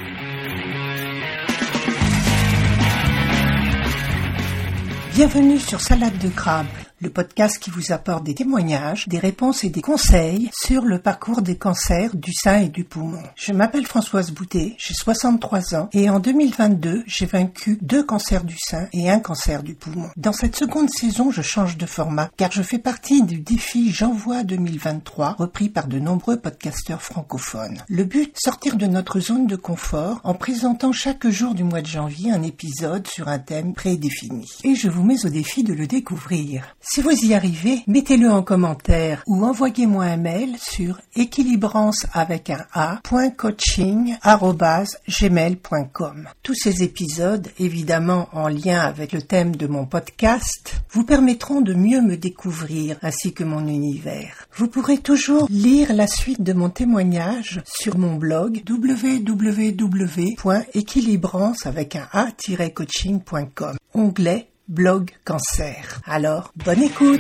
Bienvenue sur Salade de crabe, le podcast qui vous apporte des témoignages, des réponses et des conseils sur le parcours des cancers du sein et du poumon. Je m'appelle Françoise Boudet, j'ai 63 ans et en 2022, j'ai vaincu 2 cancers du sein et 1 cancer du poumon. Dans cette seconde saison, je change de format car je fais partie du défi J'envoie 2023, repris par de nombreux podcasteurs francophones. Le but, sortir de notre zone de confort en présentant chaque jour du mois de janvier un épisode sur un thème prédéfini. Et je vous mets au défi de le découvrir. Si vous y arrivez, mettez-le en commentaire ou envoyez-moi un mail sur equilibrance.coaching@gmail.com. Tous ces épisodes, évidemment en lien avec le thème de mon podcast, vous permettront de mieux me découvrir ainsi que mon univers. Vous pourrez toujours lire la suite de mon témoignage sur mon blog www.equilibrance.coaching.com, onglet Blog Cancer. Alors, bonne écoute!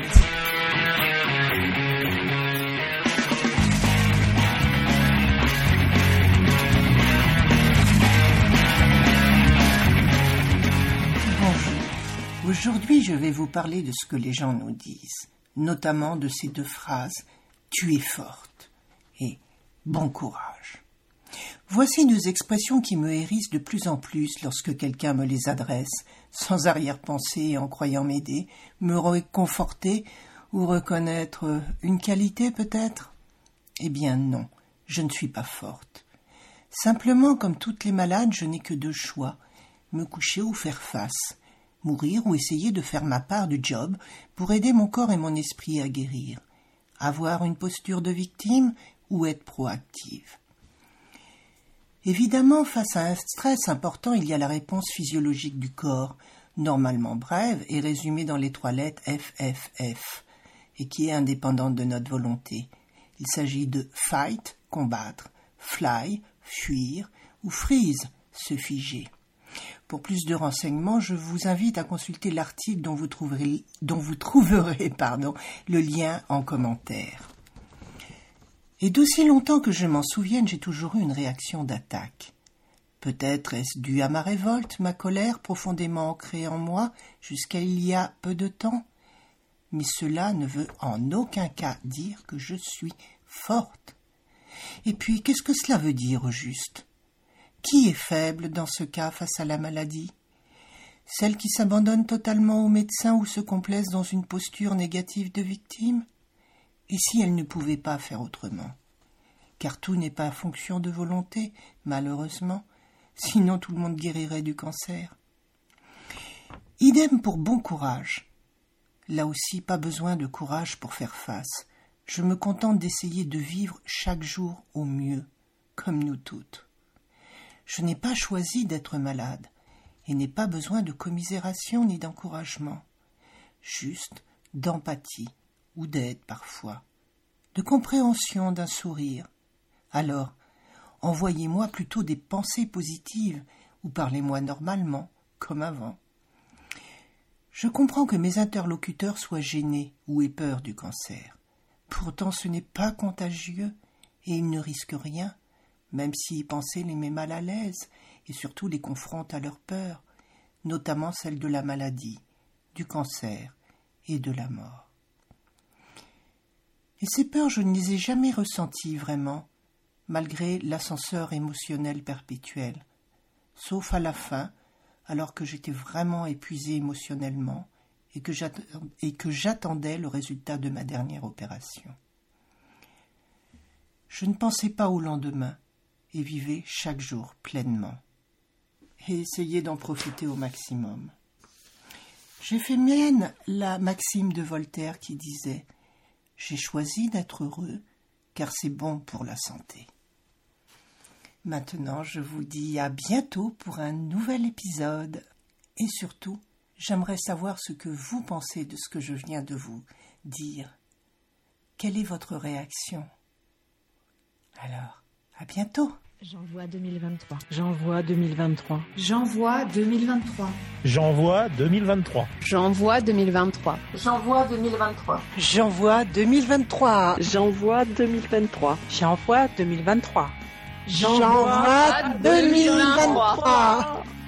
Bonjour. Aujourd'hui, je vais vous parler de ce que les gens nous disent, notamment de ces 2 phrases « Tu es forte » et « Bon courage ». Voici 2 expressions qui me hérissent de plus en plus lorsque quelqu'un me les adresse, sans arrière-pensée et en croyant m'aider, me réconforter ou reconnaître une qualité peut-être. Eh bien non, je ne suis pas forte. Simplement, comme toutes les malades, je n'ai que 2 choix, me coucher ou faire face, mourir ou essayer de faire ma part du job pour aider mon corps et mon esprit à guérir, avoir une posture de victime ou être proactive. Évidemment, face à un stress important, il y a la réponse physiologique du corps, normalement brève et résumée dans les 3 lettres FFF, et qui est indépendante de notre volonté. Il s'agit de fight, combattre, fly, fuir, ou freeze, se figer. Pour plus de renseignements, je vous invite à consulter l'article dont vous trouverez le lien en commentaire. Et d'aussi longtemps que je m'en souvienne, j'ai toujours eu une réaction d'attaque. Peut-être est-ce dû à ma révolte, ma colère profondément ancrée en moi jusqu'à il y a peu de temps. Mais cela ne veut en aucun cas dire que je suis forte. Et puis, qu'est-ce que cela veut dire au juste ? Qui est faible dans ce cas face à la maladie ? Celle qui s'abandonne totalement au médecin ou se complaise dans une posture négative de victime ? Et si elle ne pouvait pas faire autrement ? Car tout n'est pas fonction de volonté, malheureusement, sinon tout le monde guérirait du cancer. Idem pour bon courage. Là aussi, pas besoin de courage pour faire face. Je me contente d'essayer de vivre chaque jour au mieux, comme nous toutes. Je n'ai pas choisi d'être malade, et n'ai pas besoin de commisération ni d'encouragement, juste d'empathie, ou d'aide parfois, de compréhension, d'un sourire. Alors, envoyez-moi plutôt des pensées positives ou parlez-moi normalement, comme avant. Je comprends que mes interlocuteurs soient gênés ou aient peur du cancer. Pourtant, ce n'est pas contagieux et ils ne risquent rien, même si y penser les met mal à l'aise et surtout les confronte à leur peur, notamment celle de la maladie, du cancer et de la mort. Et ces peurs, je ne les ai jamais ressenties vraiment, malgré l'ascenseur émotionnel perpétuel, sauf à la fin, alors que j'étais vraiment épuisée émotionnellement et que j'attendais le résultat de ma dernière opération. Je ne pensais pas au lendemain et vivais chaque jour pleinement et essayais d'en profiter au maximum. J'ai fait mienne la maxime de Voltaire qui disait « J'ai choisi d'être heureux, car c'est bon pour la santé. » Maintenant, je vous dis à bientôt pour un nouvel épisode. Et surtout, j'aimerais savoir ce que vous pensez de ce que je viens de vous dire. Quelle est votre réaction ? Alors, à bientôt. J'envoie 2023. J'envoie 2023. J'envoie 2023. J'envoie 2023. J'envoie 2023. J'envoie 2023. J'envoie 2023. J'envoie 2023. J'envoie 2023. J'envoie 2023.